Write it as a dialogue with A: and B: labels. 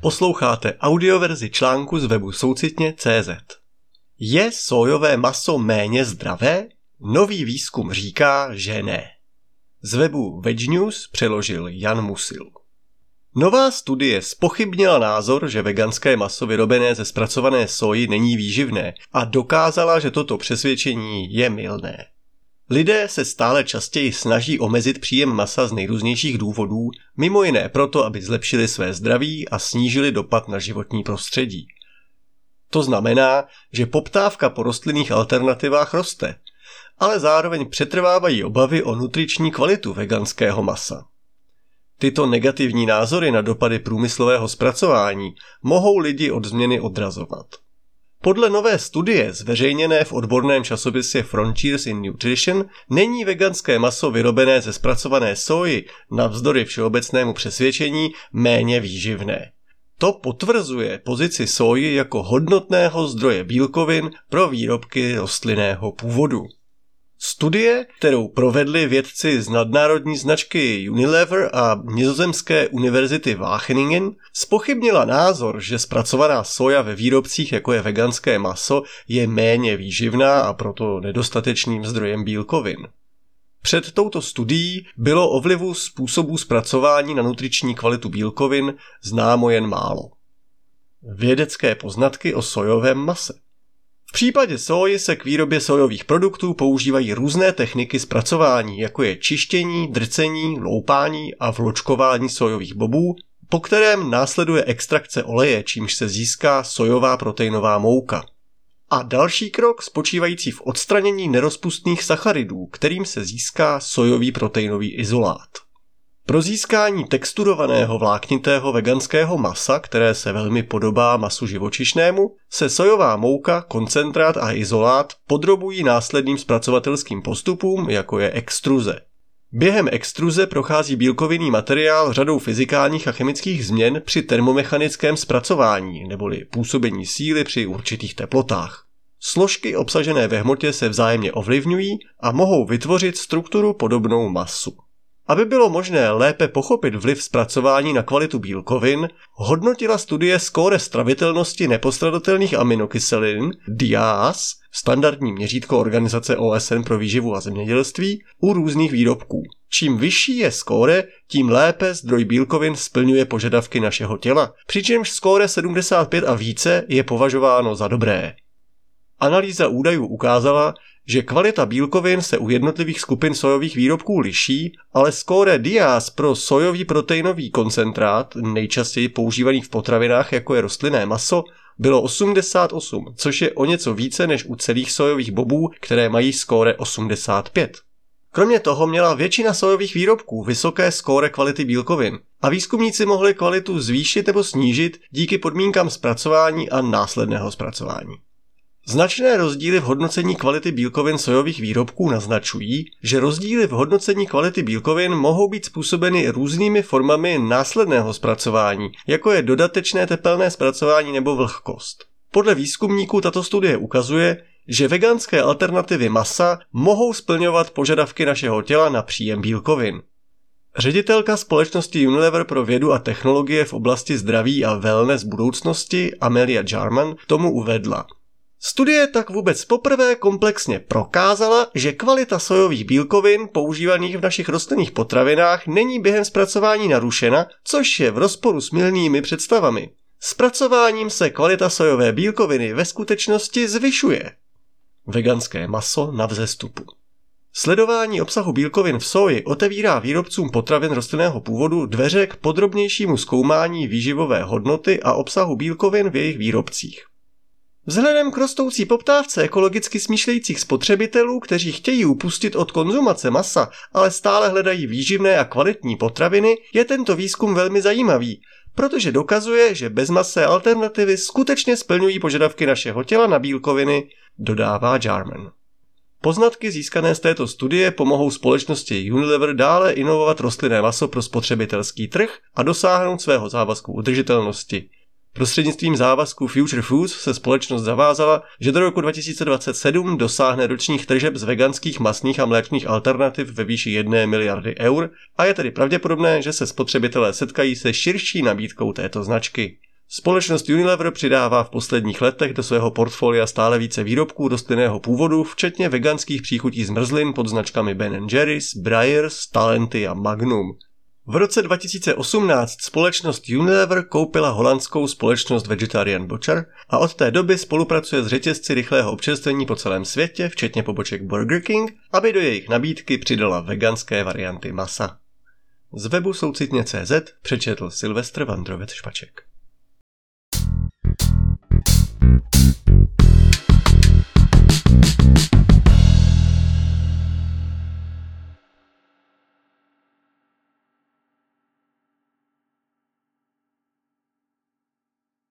A: Posloucháte audioverzi článku z webu soucitně.cz. Je sójové maso méně zdravé? Nový výzkum říká, že ne. Z webu Veg News přeložil Jan Musil. Nová studie zpochybnila názor, že veganské maso vyrobené ze zpracované soji není výživné a dokázala, že toto přesvědčení je mylné. Lidé se stále častěji snaží omezit příjem masa z nejrůznějších důvodů, mimo jiné proto, aby zlepšili své zdraví a snížili dopad na životní prostředí. To znamená, že poptávka po rostlinných alternativách roste, ale zároveň přetrvávají obavy o nutriční kvalitu veganského masa. Tyto negativní názory na dopady průmyslového zpracování mohou lidi od změny odrazovat. Podle nové studie zveřejněné v odborném časopisě Frontiers in Nutrition není veganské maso vyrobené ze zpracované soji navzdory všeobecnému přesvědčení méně výživné. To potvrzuje pozici soji jako hodnotného zdroje bílkovin pro výrobky rostlinného původu. Studie, kterou provedli vědci z nadnárodní značky Unilever a nizozemské univerzity Wageningen, zpochybnila názor, že zpracovaná soja ve výrobcích, jako je veganské maso, je méně výživná a proto nedostatečným zdrojem bílkovin. Před touto studií bylo o vlivu způsobů zpracování na nutriční kvalitu bílkovin známo jen málo. Vědecké poznatky o sojovém mase. V případě sóji se k výrobě sojových produktů používají různé techniky zpracování, jako je čištění, drcení, loupání a vločkování sojových bobů, po kterém následuje extrakce oleje, čímž se získá sojová proteinová mouka. A další krok spočívající v odstranění nerozpustných sacharidů, kterým se získá sojový proteinový izolát. Pro získání texturovaného vláknitého veganského masa, které se velmi podobá masu živočišnému, se sojová mouka, koncentrát a izolát podrobují následným zpracovatelským postupům, jako je extruze. Během extruze prochází bílkovinný materiál řadou fyzikálních a chemických změn při termomechanickém zpracování, neboli působení síly při určitých teplotách. Složky obsažené ve hmotě se vzájemně ovlivňují a mohou vytvořit strukturu podobnou masu. Aby bylo možné lépe pochopit vliv zpracování na kvalitu bílkovin, hodnotila studie skóre stravitelnosti nepostradatelných aminokyselin DIAAS, standardní měřítko Organizace OSN pro výživu a zemědělství, u různých výrobků. Čím vyšší je skóre, tím lépe zdroj bílkovin splňuje požadavky našeho těla, přičemž skóre 75 a více je považováno za dobré. Analýza údajů ukázala, že kvalita bílkovin se u jednotlivých skupin sojových výrobků liší, ale skóre DIAAS pro sojový proteinový koncentrát, nejčastěji používaný v potravinách jako je rostlinné maso, bylo 88, což je o něco více než u celých sojových bobů, které mají skóre 85. Kromě toho měla většina sojových výrobků vysoké skóre kvality bílkovin a výzkumníci mohli kvalitu zvýšit nebo snížit díky podmínkám zpracování a následného zpracování. Značné rozdíly v hodnocení kvality bílkovin sojových výrobků naznačují, že rozdíly v hodnocení kvality bílkovin mohou být způsobeny různými formami následného zpracování, jako je dodatečné tepelné zpracování nebo vlhkost. Podle výzkumníků tato studie ukazuje, že veganské alternativy masa mohou splňovat požadavky našeho těla na příjem bílkovin. Ředitelka společnosti Unilever pro vědu a technologie v oblasti zdraví a wellness budoucnosti Amelia Jarman tomu uvedla. Studie tak vůbec poprvé komplexně prokázala, že kvalita sojových bílkovin používaných v našich rostlinných potravinách není během zpracování narušena, což je v rozporu s mylnými představami. Zpracováním se kvalita sojové bílkoviny ve skutečnosti zvyšuje. Veganské maso na vzestupu. Sledování obsahu bílkovin v soji otevírá výrobcům potravin rostlinného původu dveře k podrobnějšímu zkoumání výživové hodnoty a obsahu bílkovin v jejich výrobcích. Vzhledem k rostoucí poptávce ekologicky smýšlejících spotřebitelů, kteří chtějí upustit od konzumace masa, ale stále hledají výživné a kvalitní potraviny, je tento výzkum velmi zajímavý, protože dokazuje, že bezmasé alternativy skutečně splňují požadavky našeho těla na bílkoviny, dodává Jarman. Poznatky získané z této studie pomohou společnosti Unilever dále inovovat rostlinné maso pro spotřebitelský trh a dosáhnout svého závazku udržitelnosti. Prostřednictvím závazku Future Foods se společnost zavázala, že do roku 2027 dosáhne ročních tržeb z veganských masných a mléčných alternativ ve výši 1 miliardy eur a je tedy pravděpodobné, že se spotřebitelé setkají se širší nabídkou této značky. Společnost Unilever přidává v posledních letech do svého portfolia stále více výrobků rostlinného původu, včetně veganských příchutí zmrzlin pod značkami Ben & Jerry's, Breyers, Talenty a Magnum. V roce 2018 společnost Unilever koupila holandskou společnost Vegetarian Butcher a od té doby spolupracuje s řetězci rychlého občerstvení po celém světě, včetně poboček Burger King, aby do jejich nabídky přidala veganské varianty masa. Z webu soucitně.cz přečetl Silvestr Vandrovec Špaček.